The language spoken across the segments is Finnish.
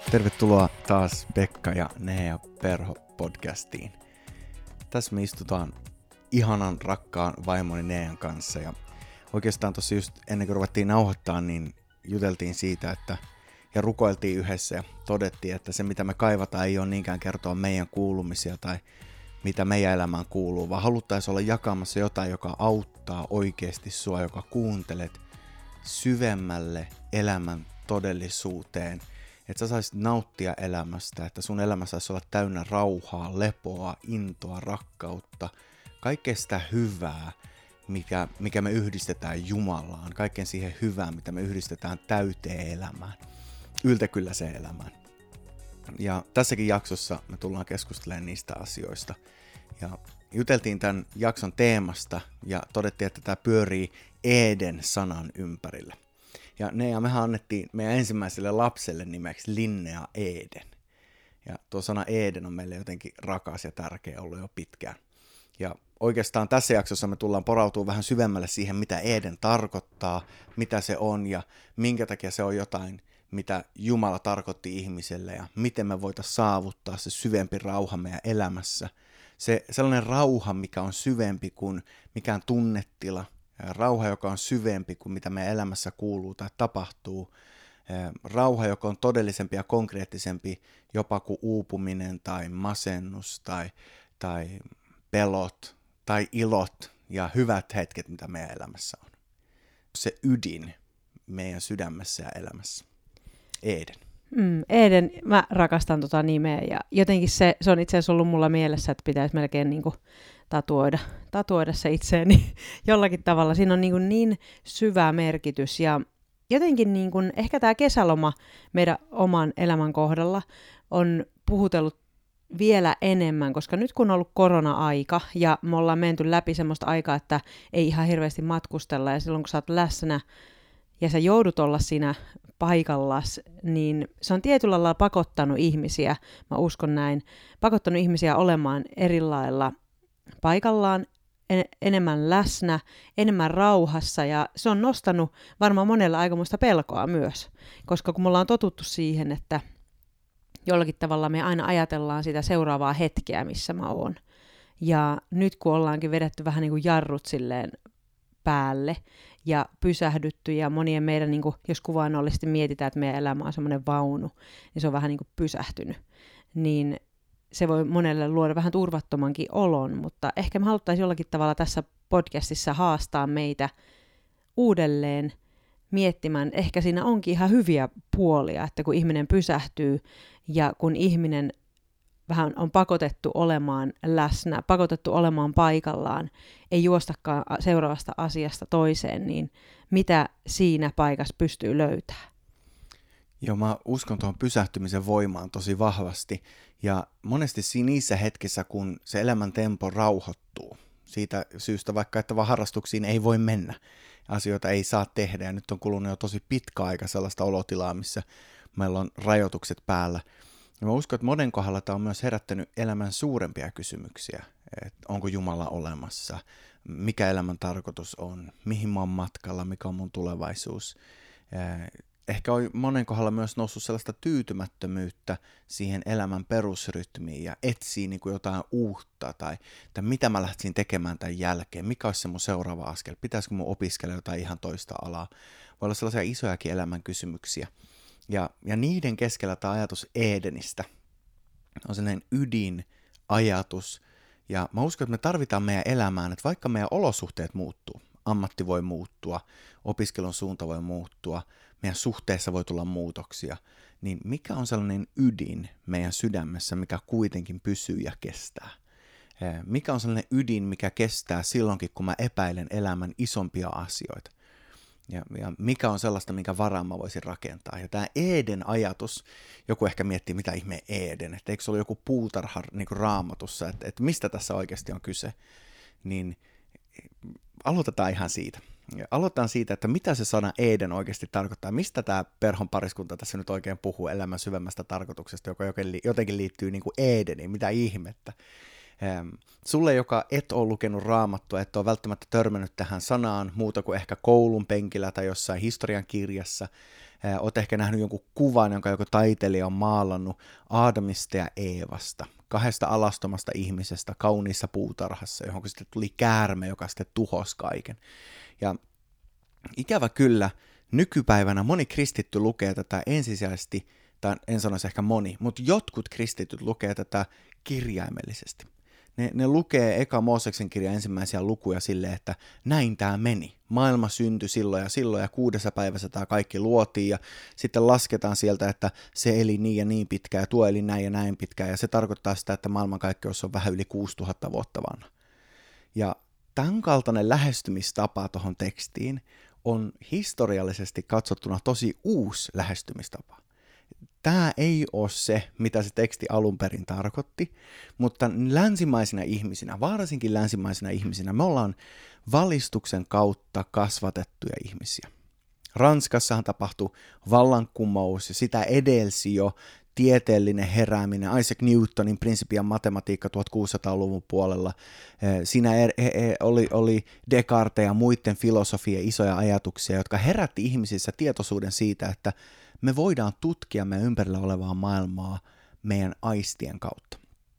Tervetuloa taas Pekka ja Nea Perho podcastiin. Tässä me istutaan ihanan rakkaan vaimoni Nean kanssa ja oikeastaan tossa just ennen kuin ruvettiin nauhoittaa, niin juteltiin siitä, että ja rukoiltiin yhdessä ja todettiin, että se mitä me kaivataan ei ole niinkään kertoa meidän kuulumisia tai mitä meidän elämään kuuluu, vaan haluttaisiin olla jakamassa jotain, joka auttaa oikeasti sua, joka kuuntelet syvemmälle elämän todellisuuteen, että sä saisit nauttia elämästä, että sun elämä saisi olla täynnä rauhaa, lepoa, intoa, rakkautta, kaikkea sitä hyvää, mikä me yhdistetään Jumalaan, kaikkeen siihen hyvään, mitä me yhdistetään täyteen elämään, yltäkylläiseen elämään. Ja tässäkin jaksossa me tullaan keskustelemaan niistä asioista. Ja juteltiin tämän jakson teemasta ja todettiin, että tämä pyörii Eden-sanan ympärillä. Ja mehän annettiin meidän ensimmäiselle lapselle nimeksi Linnea Eden. Ja tuo sana Eden on meille jotenkin rakas ja tärkeä ollut jo pitkään. Ja oikeastaan tässä jaksossa me tullaan porautumaan vähän syvemmälle siihen, mitä Eden tarkoittaa, mitä se on ja minkä takia se on jotain, mitä Jumala tarkoitti ihmiselle ja miten me voitaisiin saavuttaa se syvempi rauha meidän elämässä. Se sellainen rauha, mikä on syvempi kuin mikään tunnetila, rauha, joka on syvempi kuin mitä meidän elämässä kuuluu tai tapahtuu, rauha, joka on todellisempi ja konkreettisempi jopa kuin uupuminen tai masennus tai pelot tai ilot ja hyvät hetket, mitä meidän elämässä on. Se ydin meidän sydämessä ja elämässä. Eden. Eden, mä rakastan tota nimeä ja jotenkin se on itse asiassa ollut mulla mielessä, että pitäisi melkein niinku tatuoida se itseeni jollakin tavalla. Siinä on niin syvä merkitys ja jotenkin ehkä tämä kesäloma meidän oman elämän kohdalla on puhutellut vielä enemmän, koska nyt kun on ollut korona-aika ja me ollaan menty läpi semmoista aikaa, että ei ihan hirveästi matkustella ja silloin kun sä oot läsnä ja sä joudut olla siinä paikallas, niin se on tietyllä lailla pakottanut ihmisiä, mä uskon näin, pakottanut ihmisiä olemaan eri lailla paikallaan, enemmän läsnä, enemmän rauhassa ja se on nostanut varmaan monella aikamoista pelkoa myös, koska kun me ollaan totuttu siihen, että jollakin tavalla me aina ajatellaan sitä seuraavaa hetkeä, missä mä oon. Ja nyt kun ollaankin vedetty vähän niin kuin jarrut silleen päälle ja pysähdytty ja monien meidän, niin kuin, jos kuvaannollisesti mietitään, että meidän elämä on semmoinen vaunu, niin se on vähän niin kuin pysähtynyt. Niin se voi monelle luoda vähän turvattomankin olon, mutta ehkä me haluttaisiin jollakin tavalla tässä podcastissa haastaa meitä uudelleen miettimään. Ehkä siinä onkin ihan hyviä puolia, että kun ihminen pysähtyy ja kun ihminen vähän on pakotettu olemaan läsnä, pakotettu olemaan paikallaan, ei juostakaan seuraavasta asiasta toiseen, niin mitä siinä paikassa pystyy löytämään? Joo, mä uskon tuohon pysähtymisen voimaan tosi vahvasti ja monesti niissä hetkissä, kun se elämän tempo rauhoittuu, siitä syystä vaikka, että vaan harrastuksiin ei voi mennä, asioita ei saa tehdä ja nyt on kulunut jo tosi pitkä aika sellaista olotilaa, missä meillä on rajoitukset päällä. Ja mä uskon, että monen kohdalla tämä on myös herättänyt elämän suurempia kysymyksiä, että onko Jumala olemassa, mikä elämän tarkoitus on, mihin mä oon matkalla, mikä on mun tulevaisuus. Ehkä on monen kohdalla myös noussut sellaista tyytymättömyyttä siihen elämän perusrytmiin ja etsii niin kuin jotain uutta tai mitä mä lähtisin tekemään tämän jälkeen, mikä olisi se mun seuraava askel, pitäisikö mun opiskella jotain ihan toista alaa. Voi olla sellaisia isojakin elämän kysymyksiä. Ja niiden keskellä tämä ajatus Edenistä on sellainen ydinajatus. Ja mä uskon, että me tarvitaan meidän elämään, että vaikka meidän olosuhteet muuttuu, ammatti voi muuttua, opiskelun suunta voi muuttua, meidän suhteessa voi tulla muutoksia, niin mikä on sellainen ydin meidän sydämessä, mikä kuitenkin pysyy ja kestää? Mikä on sellainen ydin, mikä kestää silloinkin, kun mä epäilen elämän isompia asioita? Ja mikä on sellaista, minkä varaan mä voisin rakentaa. Ja tämä Eden-ajatus, joku ehkä miettii, mitä ihme Eden, että eikö se ole joku puutarha niin kuin Raamatussa, että mistä tässä oikeasti on kyse, niin aloitetaan ihan siitä. Aloitetaan siitä, että mitä se sana Eden oikeasti tarkoittaa, mistä tämä Perhon pariskunta tässä nyt oikein puhuu elämän syvemmästä tarkoituksesta, joka jotenkin liittyy niin kuin Edeniin, mitä ihmettä. Sulle, joka et ole lukenut Raamattua, et ole välttämättä törmännyt tähän sanaan muuta kuin ehkä koulun penkillä tai jossain historian kirjassa, oot ehkä nähnyt jonkun kuvan, jonka joku taiteilija on maalannut Aadamista ja Eevasta, 2 alastomasta ihmisestä kauniissa puutarhassa, johon sitten tuli käärme, joka sitten tuhosi kaiken. Ja ikävä kyllä, nykypäivänä moni kristitty lukee tätä ensisijaisesti, tai en sanoisi ehkä moni, mutta jotkut kristityt lukee tätä kirjaimellisesti. Ne lukee eka Mooseksen kirjan ensimmäisiä lukuja silleen, että näin tämä meni. Maailma syntyi silloin ja 6 päivässä tämä kaikki luotiin ja sitten lasketaan sieltä, että se eli niin ja niin pitkään ja tuo eli näin ja näin pitkään ja se tarkoittaa sitä, että maailmankaikkeus on vähän yli 6000 vuotta vanha. Ja tämän kaltainen lähestymistapa tuohon tekstiin on historiallisesti katsottuna tosi uusi lähestymistapa. Tämä ei ole se, mitä se teksti alun perin tarkoitti, mutta länsimaisina ihmisinä, varsinkin länsimaisina ihmisinä, me ollaan valistuksen kautta kasvatettuja ihmisiä. Ranskassahan tapahtui vallankumous ja sitä edelsi jo tieteellinen herääminen, Isaac Newtonin Principian matematiikka 1600-luvun puolella. Siinä oli Descartes ja muiden filosofien isoja ajatuksia, jotka herätti ihmisissä tietoisuuden siitä, että me voidaan tutkia meidän ympärillä olevaa maailmaa meidän aistien kautta.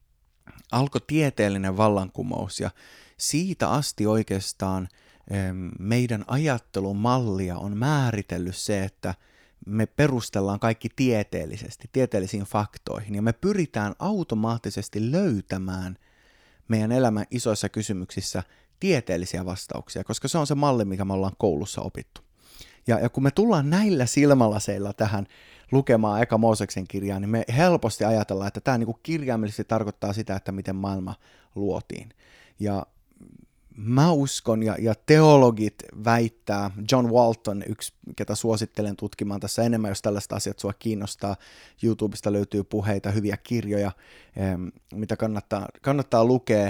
Alkoi tieteellinen vallankumous ja siitä asti oikeastaan meidän ajattelun mallia on määritellyt se, että me perustellaan kaikki tieteellisesti, tieteellisiin faktoihin ja me pyritään automaattisesti löytämään meidän elämän isoissa kysymyksissä tieteellisiä vastauksia, koska se on se malli, mikä me ollaan koulussa opittu. Ja kun me tullaan näillä silmälaseilla tähän lukemaan eka Mooseksen kirjaa, niin me helposti ajatellaan, että tämä niinku kirjaimellisesti tarkoittaa sitä, että miten maailma luotiin. Ja mä uskon, ja teologit väittää, John Walton, yksi, ketä suosittelen tutkimaan tässä enemmän, jos tällaista asiat sua kiinnostaa, YouTubesta löytyy puheita, hyviä kirjoja, mitä kannattaa lukea,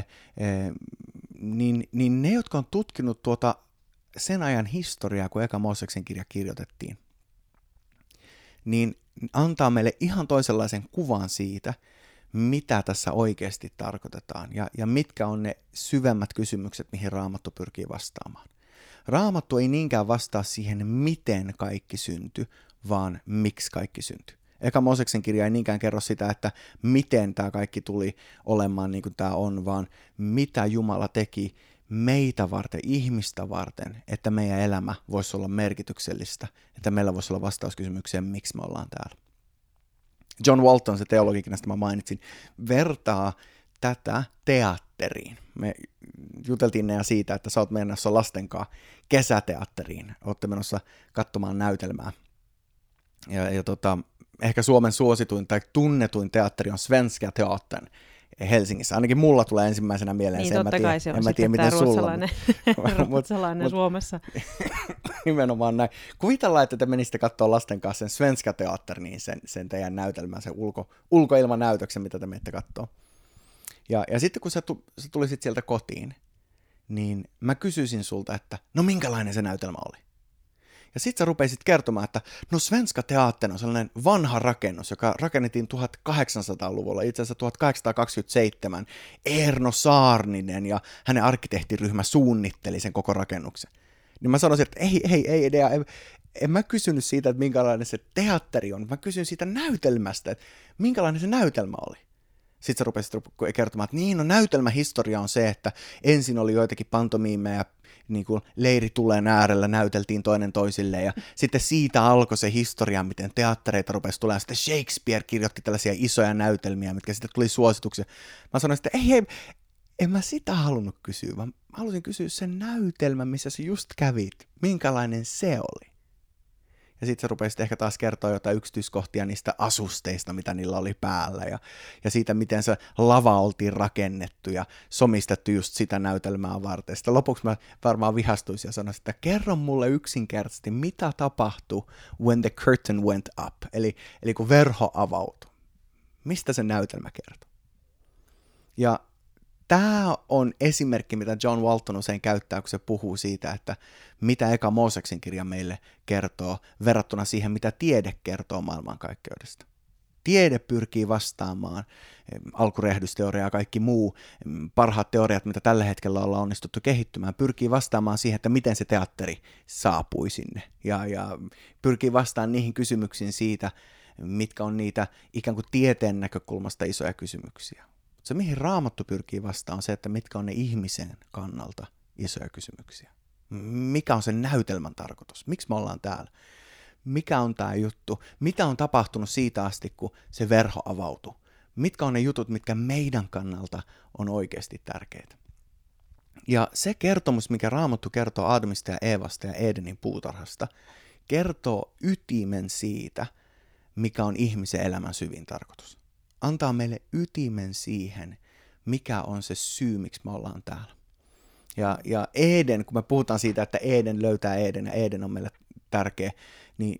niin ne, jotka on tutkinut tuota sen ajan historiaa, kun eka Mooseksen kirja kirjoitettiin, niin antaa meille ihan toisenlaisen kuvan siitä, mitä tässä oikeasti tarkoitetaan ja mitkä on ne syvemmät kysymykset, mihin Raamattu pyrkii vastaamaan. Raamattu ei niinkään vastaa siihen, miten kaikki syntyi, vaan miksi kaikki syntyi. Eka Mooseksen kirja ei niinkään kerro sitä, että miten tämä kaikki tuli olemaan niin kuin tämä on, vaan mitä Jumala teki meitä varten, ihmistä varten, että meidän elämä voisi olla merkityksellistä, että meillä voisi olla vastaus kysymykseen, miksi me ollaan täällä. John Walton, se teologi, josta mä mainitsin, vertaa tätä teatteriin. Me juteltiin siitä, että sä oot menossa lastenkaan kesäteatteriin, ootte menossa katsomaan näytelmää. Ehkä Suomen suosituin tai tunnetuin teatteri on Svenska Teatern Helsingissä. Ainakin mulla tulee ensimmäisenä mieleen niin, se. Totta kai se on sitten tämä ruotsalainen Suomessa. Nimenomaan näin. Kuvitellaan, että te menisitte katsoa lasten kanssa sen Svenska Teater, niin sen teidän näytelmän, sen ulkoilmanäytöksen, mitä te menette katsoa. Ja sitten kun sä tulisit sieltä kotiin, niin mä kysyisin sulta, että no minkälainen se näytelmä oli? Ja sit sä rupeisit kertomaan, että no Svenska Teater on sellainen vanha rakennus, joka rakennettiin 1800-luvulla, itse asiassa 1827. Erno Saarninen ja hänen arkkitehtiryhmä suunnitteli sen koko rakennuksen. Niin mä sanoisin, että ei idea, en mä kysynyt siitä, että minkälainen se teatteri on, mä kysyin siitä näytelmästä, että minkälainen se näytelmä oli. Sitten sä rupesit kertomaan, että niin, no näytelmähistoria on se, että ensin oli joitakin pantomiimeja, niin kuin leiritulen äärellä näyteltiin toinen toisilleen, ja sitten siitä alkoi se historia, miten teattereita rupesi tulemaan. Sitten Shakespeare kirjoitti tällaisia isoja näytelmiä, mitkä sitten tuli suosituksia. Mä sanoin, että ei, en mä sitä halunnut kysyä, vaan mä halusin kysyä sen näytelmän, missä sä just kävit. Minkälainen se oli? Ja sitten sä rupesit ehkä taas kertoa jotain yksityiskohtia niistä asusteista, mitä niillä oli päällä, ja siitä, miten se lava oltiin rakennettu ja somistettu just sitä näytelmää varten. Sitten lopuksi mä varmaan vihastuisin ja sanoisin, että kerro mulle yksinkertaisesti, mitä tapahtui when the curtain went up, eli kun verho avautui. Mistä se näytelmä kertoo? Ja tämä on esimerkki, mitä John Walton usein käyttää, kun se puhuu siitä, että mitä eka Mooseksen kirja meille kertoo verrattuna siihen, mitä tiede kertoo maailmankaikkeudesta. Tiede pyrkii vastaamaan, alkurehdysteoria ja kaikki muu, parhaat teoriat, mitä tällä hetkellä ollaan onnistuttu kehittymään, pyrkii vastaamaan siihen, että miten se teatteri saapui sinne. Ja pyrkii vastaamaan niihin kysymyksiin siitä, mitkä on niitä ikään kuin tieteen näkökulmasta isoja kysymyksiä. Se, mihin Raamattu pyrkii vastaamaan, on se, että mitkä on ne ihmisen kannalta isoja kysymyksiä. Mikä on sen näytelmän tarkoitus? Miksi me ollaan täällä? Mikä on tämä juttu? Mitä on tapahtunut siitä asti, kun se verho avautui? Mitkä on ne jutut, mitkä meidän kannalta on oikeasti tärkeitä? Ja se kertomus, mikä Raamattu kertoo Aadamista ja Eevasta ja Edenin puutarhasta, kertoo ytimen siitä, mikä on ihmisen elämän syvin tarkoitus. Antaa meille ytimen siihen, mikä on se syy, miksi me ollaan täällä. Ja Eden, kun me puhutaan siitä, että Eden löytää Eden ja Eden on meille tärkeä, niin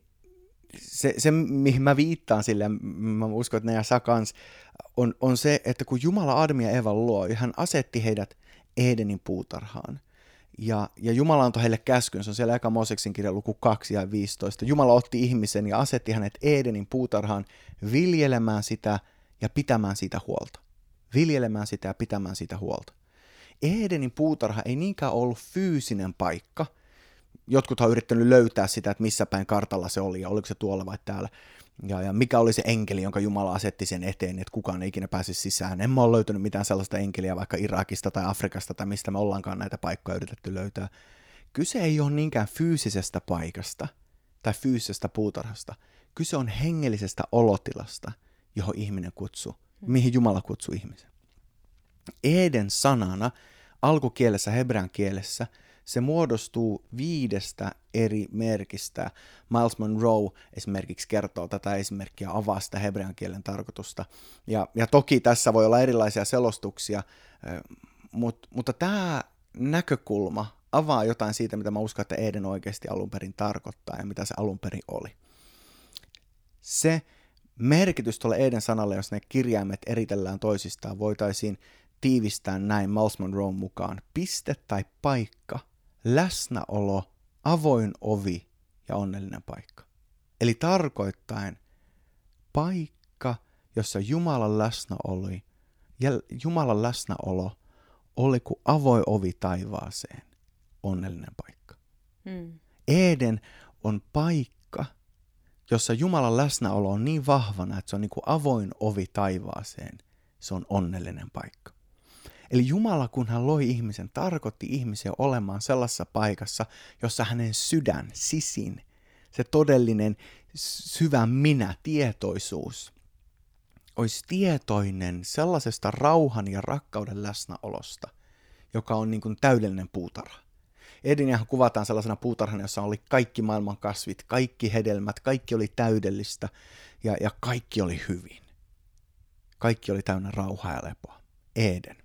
se mihin mä viittaan sille, ja mä uskon, että ne ja sä kans, on se, että kun Jumala Aadam ja Eevan luo, hän asetti heidät Edenin puutarhaan. Ja Jumala antoi heille käskyn, se on siellä Eka Mooseksen kirjan luku 2 ja 15. Jumala otti ihmisen ja asetti hänet Edenin puutarhaan viljelemään sitä ja pitämään siitä huolta. Viljelemään sitä ja pitämään siitä huolta. Edenin puutarha ei niinkään ollut fyysinen paikka. Jotkut on yrittänyt löytää sitä, että missä päin kartalla se oli ja oliko se tuolla vai täällä. Ja mikä oli se enkeli, jonka Jumala asetti sen eteen, että kukaan ei ikinä pääsisi sisään. En mä ole löytänyt mitään sellaista enkeliä vaikka Irakista tai Afrikasta tai mistä me ollaankaan näitä paikkoja yritetty löytää. Kyse ei ole niinkään fyysisestä paikasta tai fyysisestä puutarhasta. Kyse on hengellisestä olotilasta, johon ihminen kutsuu, mihin Jumala kutsuu ihmisen. Eden sanana alkukielessä, hebrean kielessä, se muodostuu 5 eri merkistä. Miles Monroe esimerkiksi kertoo tätä esimerkkiä, avaa sitä hebrean kielen tarkoitusta. Ja toki tässä voi olla erilaisia selostuksia, mutta tämä näkökulma avaa jotain siitä, mitä mä uskon, että Eden oikeasti alun perin tarkoittaa ja mitä se alun perin oli. Se merkitys tuolle Eden sanalle, jos ne kirjaimet eritellään toisistaan, voitaisiin tiivistää näin Miles Monroen mukaan. Piste tai paikka, läsnäolo, avoin ovi ja onnellinen paikka. Eli tarkoittaen paikka, jossa Jumalan läsnäolo oli kuin avoin ovi taivaaseen, onnellinen paikka. Eden on paikka, jossa Jumalan läsnäolo on niin vahvana, että se on niin kuin avoin ovi taivaaseen, se on onnellinen paikka. Eli Jumala, kun hän loi ihmisen, tarkoitti ihmisen olemaan sellaisessa paikassa, jossa hänen sydän, sisin, se todellinen syvä minä, tietoisuus, olisi tietoinen sellaisesta rauhan ja rakkauden läsnäolosta, joka on niin kuin täydellinen puutarha. Edeniähän kuvataan sellaisena puutarhana, jossa oli kaikki maailman kasvit, kaikki hedelmät, kaikki oli täydellistä ja kaikki oli hyvin. Kaikki oli täynnä rauhaa ja lepoa. Eden.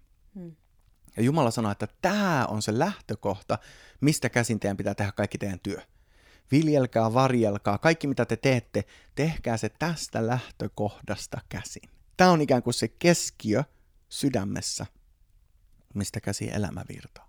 Ja Jumala sanoi, että tämä on se lähtökohta, mistä käsin teidän pitää tehdä kaikki teidän työ. Viljelkää, varjelkaa, kaikki mitä te teette, tehkää se tästä lähtökohdasta käsin. Tämä on ikään kuin se keskiö sydämessä, mistä käsin elämä virtaa.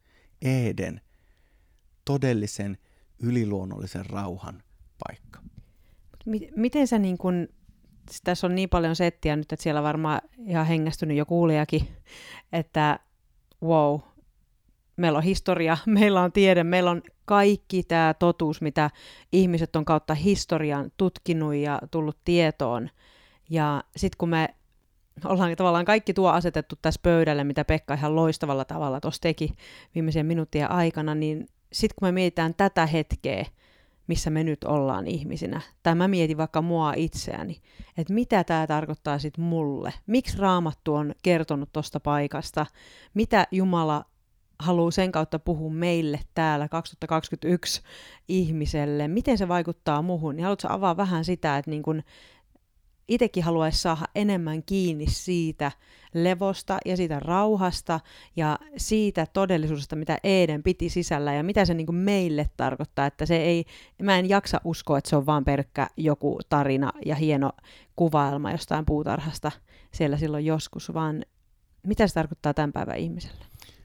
Eden, todellisen yliluonnollisen rauhan paikka. Miten sä niin kun, tässä on niin paljon settiä nyt, että siellä varmaan ihan hengästynyt jo kuulijakin, että wow, meillä on historia, meillä on tiede, meillä on kaikki tämä totuus, mitä ihmiset on kautta historian tutkinut ja tullut tietoon. Ja sitten kun me ollaan tavallaan kaikki tuo asetettu tässä pöydälle, mitä Pekka ihan loistavalla tavalla tuossa teki viimeisen minuuttien aikana, niin sitten kun me mietitään tätä hetkeä, missä me nyt ollaan ihmisinä, tai mä mietin vaikka mua itseäni, että mitä tämä tarkoittaa sitten mulle, miksi Raamattu on kertonut tuosta paikasta, mitä Jumala haluaa sen kautta puhua meille täällä 2021 ihmiselle, miten se vaikuttaa muhun, niin haluatko avaa vähän sitä, että niin kun itsekin haluaisi saada enemmän kiinni siitä levosta ja siitä rauhasta ja siitä todellisuudesta, mitä Eden piti sisällä ja mitä se niin kuin meille tarkoittaa, että se ei, mä en jaksa uskoa, että se on vaan pelkkä joku tarina ja hieno kuvailma jostain puutarhasta siellä silloin joskus, vaan mitä se tarkoittaa tämän päivän ihmiselle?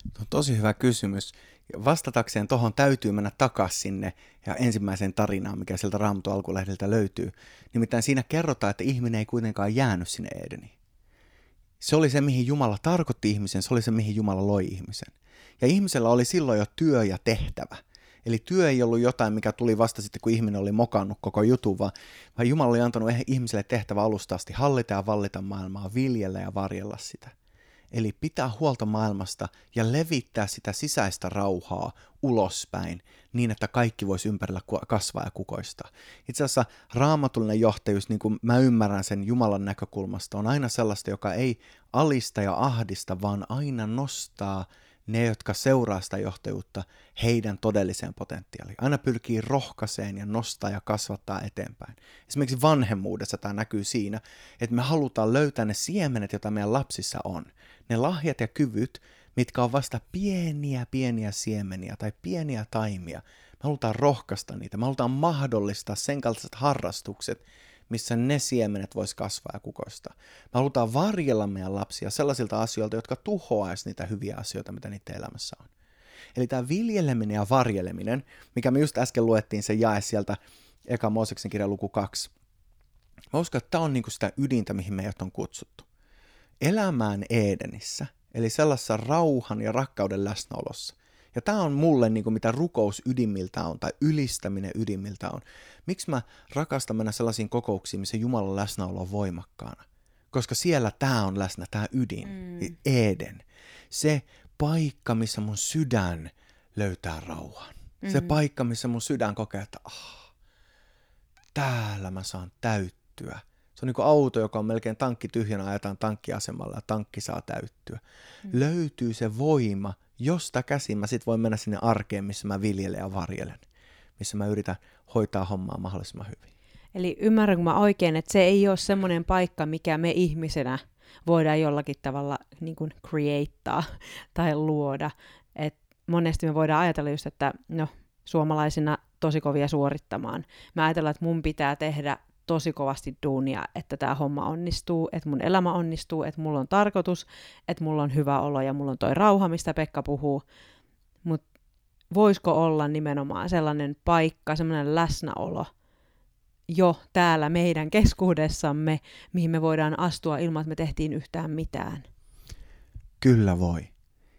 On tosi hyvä kysymys. Vastatakseen tuohon täytyy mennä takaisin sinne ja ensimmäiseen tarinaan, mikä sieltä Raamatun alkulehdeltä löytyy. Nimittäin siinä kerrotaan, että ihminen ei kuitenkaan jäänyt sinne Edeniin. Se oli se, mihin Jumala tarkoitti ihmisen, se oli se, mihin Jumala loi ihmisen. Ja ihmisellä oli silloin jo työ ja tehtävä. Eli työ ei ollut jotain, mikä tuli vasta sitten, kun ihminen oli mokannut koko jutun, vaan Jumala oli antanut ihmiselle tehtävä alusta asti hallita ja vallita maailmaa, viljellä ja varjella sitä. Eli pitää huolta maailmasta ja levittää sitä sisäistä rauhaa ulospäin niin, että kaikki voisi ympärillä kasvaa ja kukoistaa. Itse asiassa raamatullinen johtajuus, niin kuin mä ymmärrän sen Jumalan näkökulmasta, on aina sellaista, joka ei alista ja ahdista, vaan aina nostaa ne, jotka seuraa sitä johtajuutta, heidän todelliseen potentiaaliin. Aina pyrkii rohkaiseen ja nostaa ja kasvattaa eteenpäin. Esimerkiksi vanhemmuudessa tämä näkyy siinä, että me halutaan löytää ne siemenet, joita meidän lapsissa on. Ne lahjat ja kyvyt, mitkä on vasta pieniä siemeniä tai pieniä taimia. Me halutaan rohkaista niitä. Me halutaan mahdollistaa sen kaltaiset harrastukset, missä ne siemenet vois kasvaa ja kukoistaa. Me halutaan varjella meidän lapsia sellaisilta asioilta, jotka tuhoaisi niitä hyviä asioita, mitä niiden elämässä on. Eli tämä viljeleminen ja varjeleminen, mikä me just äsken luettiin se jae sieltä Eka Mooseksen kirjan luku 2. Mä uskon, että tämä on niinku sitä ydintä, mihin meidät on kutsuttu. Elämään Edenissä, eli sellaisessa rauhan ja rakkauden läsnäolossa. Ja tämä on mulle niin kuin mitä rukous ydimiltä on, tai ylistäminen ydimiltä on. Miksi mä rakastan mennä sellaisiin kokouksiin, missä Jumalan läsnäolo on voimakkaana? Koska siellä tämä on läsnä, tämä ydin, Eden. Se paikka, missä mun sydän löytää rauhan. Se paikka, missä mun sydän kokee, että täällä mä saan täyttyä. Se on niin kuin auto, joka on melkein tankki tyhjänä, ajetaan tankkiasemalla ja tankki saa täyttyä. Löytyy se voima, josta käsin mä sit voin mennä sinne arkeen, missä mä viljelen ja varjelen. Missä mä yritän hoitaa hommaa mahdollisimman hyvin. Eli ymmärränkö mä oikein, että se ei ole semmoinen paikka, mikä me ihmisenä voidaan jollakin tavalla niin kuin createa tai luoda. Et monesti me voidaan ajatella just, että no, suomalaisina tosi kovia suorittamaan. Mä ajatellaan, että mun pitää tehdä tosi kovasti duunia, että tämä homma onnistuu, että mun elämä onnistuu, että mulla on tarkoitus, että mulla on hyvä olo ja mulla on toi rauha, mistä Pekka puhuu. Mutta voisiko olla nimenomaan sellainen paikka, sellainen läsnäolo jo täällä meidän keskuudessamme, mihin me voidaan astua ilman, että me tehtiin yhtään mitään? Kyllä voi.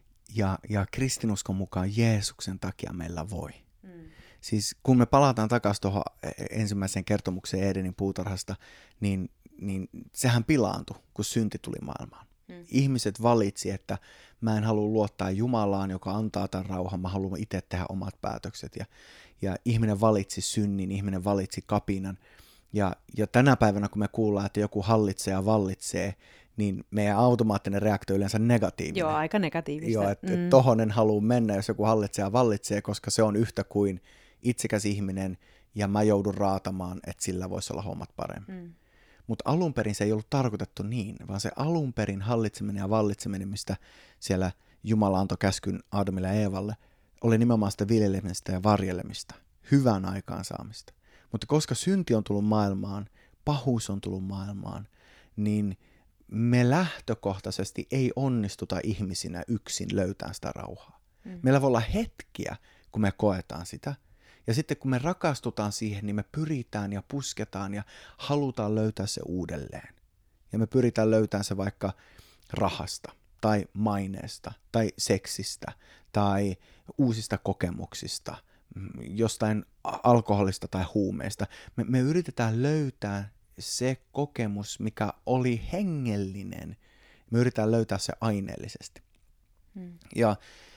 Ja kristinuskon mukaan Jeesuksen takia meillä voi. Siis kun me palataan takaisin tuohon ensimmäiseen kertomukseen Edenin puutarhasta, niin sehän pilaantui, kun synti tuli maailmaan. Ihmiset valitsi, että mä en halua luottaa Jumalaan, joka antaa tämän rauhan, mä haluan itse tehdä omat päätökset. Ja ihminen valitsi synnin, ihminen valitsi kapinan. Ja tänä päivänä, kun me kuullaan, että joku hallitsee ja vallitsee, niin meidän automaattinen reaktio on yleensä negatiivinen. Joo, aika negatiivista. Joo, että tohon en halua mennä, jos joku hallitsee ja vallitsee, koska se on yhtä kuin itsekäs ihminen, ja mä joudun raatamaan, että sillä voisi olla hommat paremmin. Mutta alun perin se ei ollut tarkoitettu niin, vaan se alun perin hallitseminen ja vallitseminen, mistä siellä Jumala antoi käskyn Aadamille ja Eevalle, oli nimenomaan sitä viljelemistä ja varjelemista, hyvän aikaansaamista. Mutta koska synti on tullut maailmaan, pahuus on tullut maailmaan, niin me lähtökohtaisesti ei onnistuta ihmisinä yksin löytämään sitä rauhaa. Meillä voi olla hetkiä, kun me koetaan sitä. Ja sitten kun me rakastutaan siihen, niin me pyritään ja pusketaan ja halutaan löytää se uudelleen. Ja me pyritään löytämään se vaikka rahasta tai maineesta tai seksistä tai uusista kokemuksista, jostain alkoholista tai huumeista. Me yritetään löytää se kokemus, mikä oli hengellinen. Me yritetään löytää se aineellisesti. Ja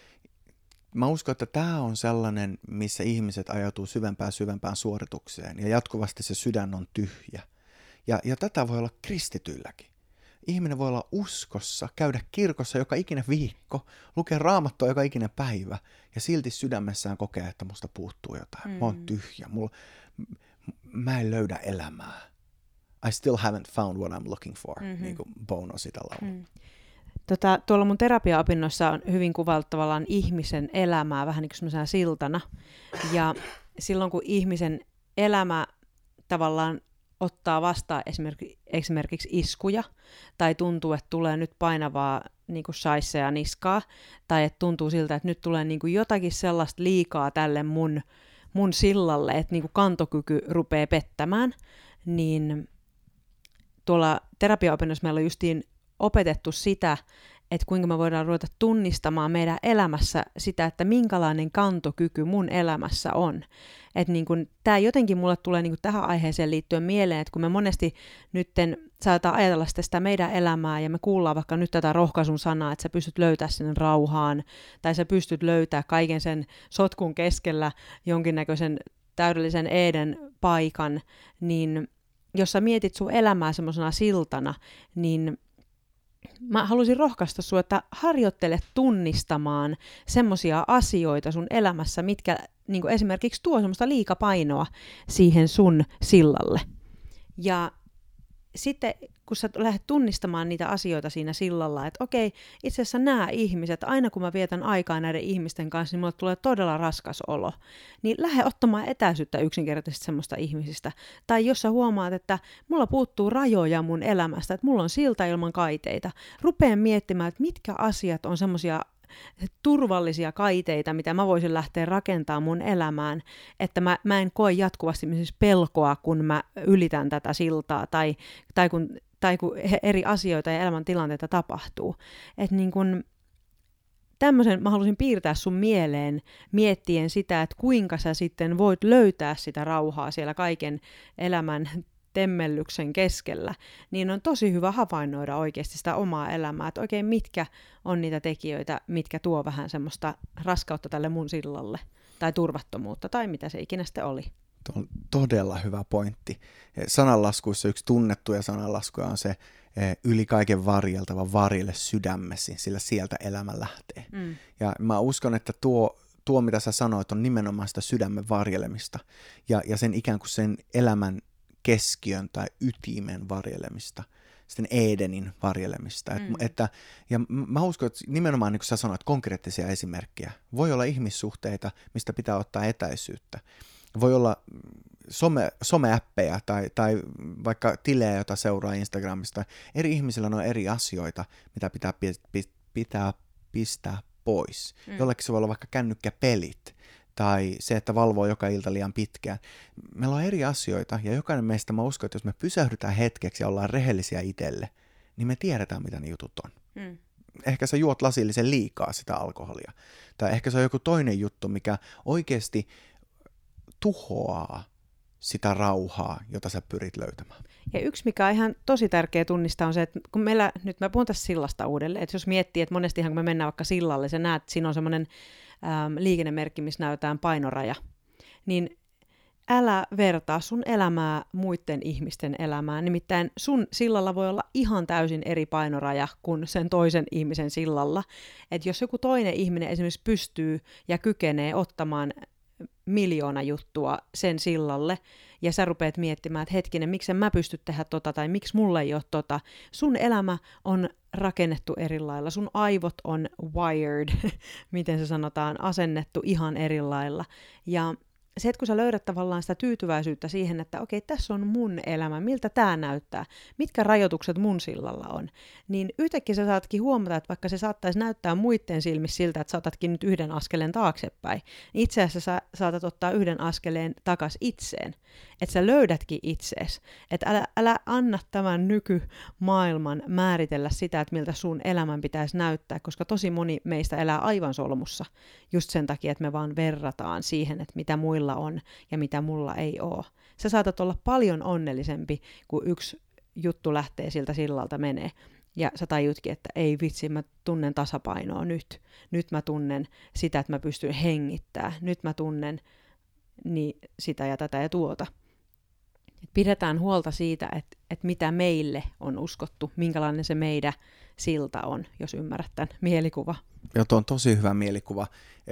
mä uskon, että tämä on sellainen, missä ihmiset ajautuu syvempään suoritukseen ja jatkuvasti se sydän on tyhjä. Ja tätä voi olla kristityilläkin. Ihminen voi olla uskossa, käydä kirkossa joka ikinen viikko, lukea Raamattua joka ikinen päivä ja silti sydämessään kokea, että musta puuttuu jotain. Mä oon tyhjä, mä en löydä elämää. I still haven't found what I'm looking for, niin kuin Bono sitä laulaa. Tuolla mun terapiaopinnoissa on hyvin kuvailtu tavallaan ihmisen elämää vähän niin kuin semmoisena siltana. Ja silloin kun ihmisen elämä tavallaan ottaa vastaan esimerkiksi iskuja, tai tuntuu, että tulee nyt painavaa niin kuin shaisseja niskaa, tai että tuntuu siltä, että nyt tulee niin kuin jotakin sellaista liikaa tälle mun sillalle, että niin kuin kantokyky rupeaa pettämään, niin tuolla terapiaopinnossa meillä on justiin opetettu sitä, että kuinka me voidaan ruveta tunnistamaan meidän elämässä sitä, että minkälainen kantokyky mun elämässä on. Että niin kun, tää jotenkin mulle tulee niin kun tähän aiheeseen liittyen mieleen, että kun me monesti nytten saataan ajatella sitä meidän elämää ja me kuullaan vaikka nyt tätä rohkaisun sanaa, että sä pystyt löytämään sinne rauhaan tai sä pystyt löytämään kaiken sen sotkun keskellä jonkinnäköisen täydellisen Eeden paikan, niin jos sä mietit sun elämää semmoisena siltana, niin mä haluaisin rohkaista sinua, että harjoittele tunnistamaan semmoisia asioita sun elämässä, mitkä niin kuin esimerkiksi tuo semmoista liikapainoa siihen sun sillalle. Ja sitten kun sä lähdet tunnistamaan niitä asioita siinä sillalla, että okei, itse asiassa nämä ihmiset, aina kun mä vietän aikaa näiden ihmisten kanssa, niin mulle tulee todella raskas olo, niin lähde ottamaan etäisyyttä yksinkertaisesti semmoista ihmisistä. Tai jos sä huomaat, että mulla puuttuu rajoja mun elämästä, että mulla on silta ilman kaiteita, rupeen miettimään, että mitkä asiat on semmoisia turvallisia kaiteita, mitä mä voisin lähteä rakentamaan mun elämään, että mä en koe jatkuvasti pelkoa, kun mä ylitän tätä siltaa, tai kun eri asioita ja elämäntilanteita tapahtuu. Että niin kun tämmöisen mä halusin piirtää sun mieleen miettien sitä, että kuinka sä sitten voit löytää sitä rauhaa siellä kaiken elämän temmellyksen keskellä, niin on tosi hyvä havainnoida oikeasti sitä omaa elämää, että oikein mitkä on niitä tekijöitä, mitkä tuo vähän semmoista raskautta tälle mun sillalle, tai turvattomuutta, tai mitä se ikinä sitten oli. Tuo on todella hyvä pointti. Sananlaskuissa yksi tunnettuja sananlaskuja on se yli kaiken varjeltava varjelle sydämesi, sillä sieltä elämä lähtee. Ja mä uskon, että tuo mitä sä sanoit, on nimenomaan sitä sydämen varjelemista, ja sen ikään kuin sen elämän keskiön tai ytimen varjelemista, sitten Edenin varjelemista. Ja mä uskon, että nimenomaan niin kuin sä sanoit, konkreettisia esimerkkejä. Voi olla ihmissuhteita, mistä pitää ottaa etäisyyttä. Voi olla someäppejä tai vaikka tilejä, joita seuraa Instagramista. Eri ihmisillä on eri asioita, mitä pitää pistää pois. Jollekin se voi olla vaikka kännykkäpelit. Tai se, että valvoo joka ilta liian pitkään. Meillä on eri asioita, ja jokainen meistä, mä uskon, että jos me pysähdytään hetkeksi ja ollaan rehellisiä itselle, niin me tiedetään, mitä ne jutut on. Ehkä sä juot lasillisen liikaa sitä alkoholia. Tai ehkä se on joku toinen juttu, mikä oikeasti tuhoaa sitä rauhaa, jota sä pyrit löytämään. Ja yksi, mikä on ihan tosi tärkeä tunnistaa, on se, että kun nyt mä puhun tässä sillasta uudelleen, että jos miettii, että monestihan kun me mennään vaikka sillalle, sä näet, että siinä on semmoinen liikennemerkki, missä näytetään painoraja, niin älä vertaa sun elämää muiden ihmisten elämään. Nimittäin sun sillalla voi olla ihan täysin eri painoraja kuin sen toisen ihmisen sillalla. Että jos joku toinen ihminen esimerkiksi pystyy ja kykenee ottamaan 1,000,000 juttua sen sillalle, ja sä rupeat miettimään, että hetkinen, miksi en mä pysty tehdä tota, tai miksi mulla ei ole tota. Sun elämä on rakennettu eri lailla, sun aivot on wired, miten se sanotaan, asennettu ihan eri lailla. Ja se, että kun sä löydät tavallaan sitä tyytyväisyyttä siihen, että okei, tässä on mun elämä, miltä tää näyttää, mitkä rajoitukset mun sillalla on, niin yhtäkkiä sä saatkin huomata, että vaikka se saattaisi näyttää muiden silmissä siltä, että saatatkin nyt yhden askeleen taaksepäin, niin itse asiassa sä saatat ottaa yhden askeleen takas itseen, että sä löydätkin itseesi, että älä anna tämän nykymaailman määritellä sitä, että miltä sun elämän pitäisi näyttää, koska tosi moni meistä elää aivan solmussa, just sen takia, että me vaan verrataan siihen, että mitä muilla on ja mitä mulla ei ole. Sä saatat olla paljon onnellisempi, kun yksi juttu lähtee siltä sillalta menee. Ja sä tajutkin, että ei vitsi, mä tunnen tasapainoa nyt. Nyt mä tunnen sitä, että mä pystyn hengittämään. Nyt mä tunnen sitä ja tätä ja tuota. Pidetään huolta siitä, että mitä meille on uskottu, minkälainen se meidän silta on, jos ymmärrät tämän mielikuva. Joo, tuo on tosi hyvä mielikuva.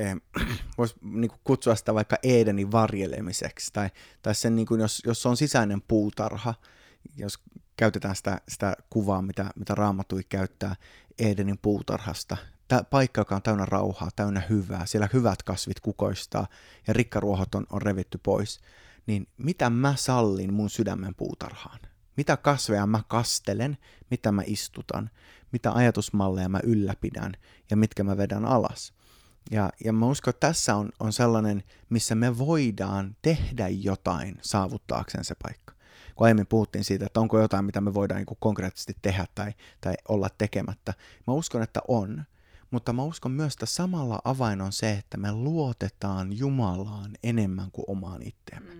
Voisi kutsua sitä vaikka Edenin varjelemiseksi, tai sen, jos on sisäinen puutarha, jos käytetään sitä kuvaa, mitä Raamattu käyttää Edenin puutarhasta. Tämä paikka, joka on täynnä rauhaa, täynnä hyvää, siellä hyvät kasvit kukoistaa ja rikkaruohot on revitty pois, niin mitä mä sallin mun sydämen puutarhaan? Mitä kasveja mä kastelen, mitä mä istutan, mitä ajatusmalleja mä ylläpidän ja mitkä mä vedän alas. Ja mä uskon, että tässä on sellainen, missä me voidaan tehdä jotain saavuttaakseen se paikka. Kun aiemmin puhuttiin siitä, että onko jotain, mitä me voidaan niin konkreettisesti tehdä tai olla tekemättä. Mä uskon, että on, mutta mä uskon myös, että samalla avain on se, että me luotetaan Jumalaan enemmän kuin omaan itteemme.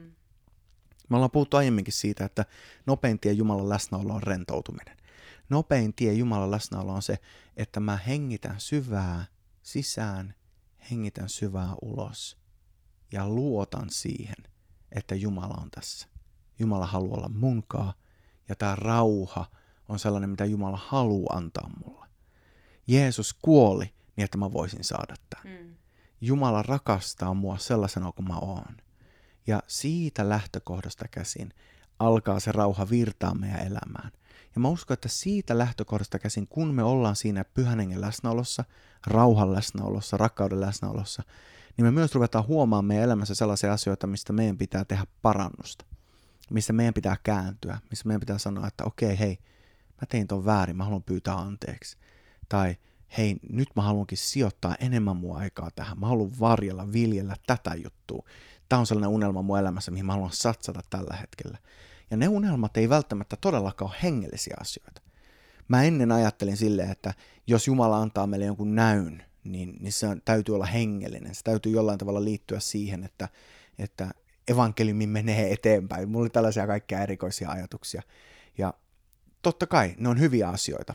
Me ollaan puhuttu aiemminkin siitä, että nopein tie Jumalan läsnäolo on rentoutuminen. Nopein tie Jumalan läsnäolo on se, että mä hengitän syvää sisään, hengitän syvää ulos ja luotan siihen, että Jumala on tässä. Jumala haluaa olla munkaan ja tämä rauha on sellainen, mitä Jumala haluaa antaa mulle. Jeesus kuoli niin, että mä voisin saada tämän. Jumala rakastaa mua sellaisena kuin mä oon. Ja siitä lähtökohdasta käsin alkaa se rauha virtaa meidän elämään. Ja mä uskon, että siitä lähtökohdasta käsin, kun me ollaan siinä pyhän hengen läsnäolossa, rauhan läsnäolossa, rakkauden läsnäolossa, niin me myös ruvetaan huomaamaan meidän elämässä sellaisia asioita, mistä meidän pitää tehdä parannusta. Missä meidän pitää kääntyä, missä meidän pitää sanoa, että okei, hei, mä tein ton väärin, mä haluan pyytää anteeksi. Tai hei, nyt mä haluankin sijoittaa enemmän mun aikaa tähän, mä haluan varjella, viljellä tätä juttua. Tämä on sellainen unelma mun elämässä, mihin mä haluan satsata tällä hetkellä. Ja ne unelmat ei välttämättä todellakaan ole hengellisiä asioita. Mä ennen ajattelin silleen, että jos Jumala antaa meille jonkun näyn, niin se täytyy olla hengellinen. Se täytyy jollain tavalla liittyä siihen, että evankeliumi menee eteenpäin. Mulla oli tällaisia kaikkia erikoisia ajatuksia. Ja totta kai ne on hyviä asioita.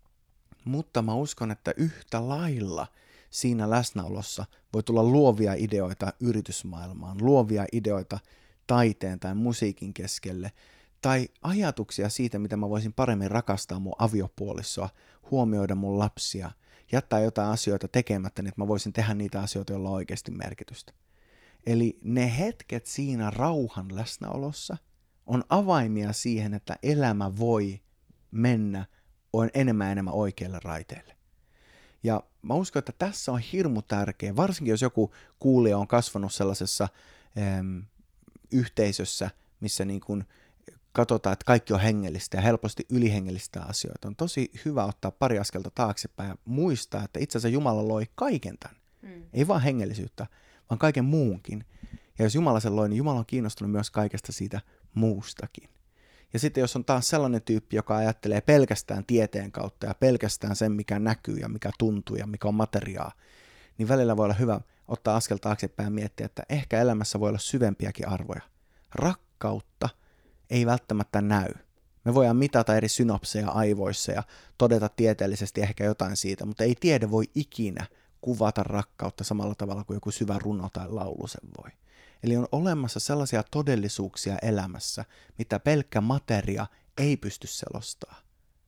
Mutta mä uskon, että yhtä lailla siinä läsnäolossa voi tulla luovia ideoita yritysmaailmaan, luovia ideoita taiteen tai musiikin keskelle, tai ajatuksia siitä, miten mä voisin paremmin rakastaa mun aviopuolisoa, huomioida mun lapsia, jättää jotain asioita tekemättä, niin että mä voisin tehdä niitä asioita, joilla on oikeasti merkitystä. Eli ne hetket siinä rauhan läsnäolossa on avaimia siihen, että elämä voi mennä enemmän oikeille raiteille. Ja mä uskon, että tässä on hirmu tärkeä, varsinkin jos joku kuulija on kasvanut sellaisessa yhteisössä, missä niin kuin katsotaan, että kaikki on hengellistä ja helposti ylihengellistä asioita. On tosi hyvä ottaa pari askelta taaksepäin ja muistaa, että itse asiassa Jumala loi kaiken tämän. Ei vaan hengellisyyttä, vaan kaiken muunkin. Ja jos Jumala sen loi, niin Jumala on kiinnostunut myös kaikesta siitä muustakin. Ja sitten jos on taas sellainen tyyppi, joka ajattelee pelkästään tieteen kautta ja pelkästään sen, mikä näkyy ja mikä tuntuu ja mikä on materiaa, niin välillä voi olla hyvä ottaa askel taaksepäin ja miettiä, että ehkä elämässä voi olla syvempiäkin arvoja. Rakkautta ei välttämättä näy. Me voidaan mitata eri synapseja aivoissa ja todeta tieteellisesti ehkä jotain siitä, mutta ei tiede voi ikinä kuvata rakkautta samalla tavalla kuin joku syvä runo tai laulu sen voi. Eli on olemassa sellaisia todellisuuksia elämässä, mitä pelkkä materia ei pysty selostamaan.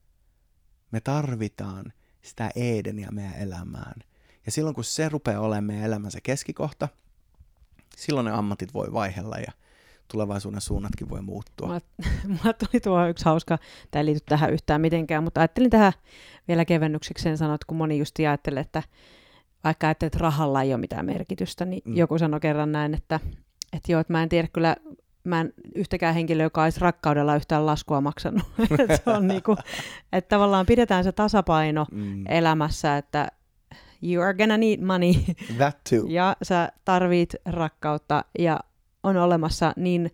Me tarvitaan sitä Edeniä meidän elämään. Ja silloin kun se rupeaa olemaan meidän elämänsä keskikohta, silloin ne ammatit voi vaihella ja tulevaisuuden suunnatkin voi muuttua. Mulla tuli tuo yksi hauska, tämä ei liity tähän yhtään mitenkään, mutta ajattelin tähän vielä kevennykseksi sen sanoa, että kun moni just ajattelee, että vaikka ajattelee, että rahalla ei ole mitään merkitystä, niin joku sanoi kerran näin, että joo, että mä en tiedä kyllä, mä en yhtäkään henkilöä, joka olisi rakkaudella yhtään laskua maksanut. Se on niinku, että tavallaan pidetään se tasapaino elämässä, että you are gonna need money. That too. Ja sä tarvit rakkautta ja on olemassa niin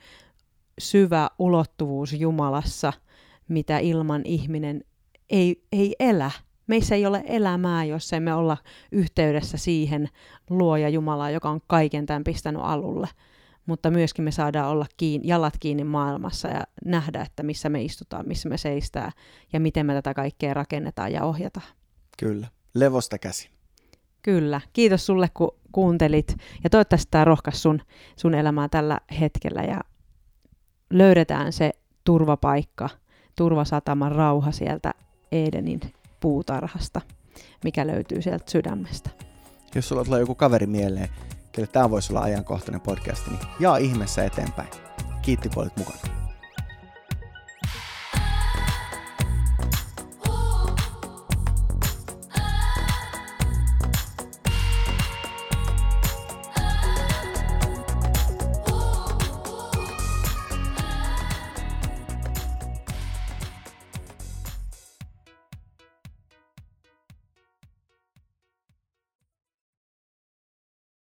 syvä ulottuvuus Jumalassa, mitä ilman ihminen ei elä. Meissä ei ole elämää, jos emme olla yhteydessä siihen luoja Jumalaa, joka on kaiken tämän pistänyt alulle. Mutta myöskin me saadaan olla jalat kiinni maailmassa ja nähdä, että missä me istutaan, missä me seistään ja miten me tätä kaikkea rakennetaan ja ohjataan. Kyllä, levosta käsin. Kyllä, kiitos sulle kun kuuntelit ja toivottavasti tämä rohkaisi sun elämää tällä hetkellä ja löydetään se turvapaikka, turvasatama, rauha sieltä Edenin puutarhasta, mikä löytyy sieltä sydämestä. Jos sulla tulee joku kaveri mieleen, kelle tämä voisi olla ajankohtainen podcast, niin jaa ihmeessä eteenpäin. Kiitti kun olit mukana.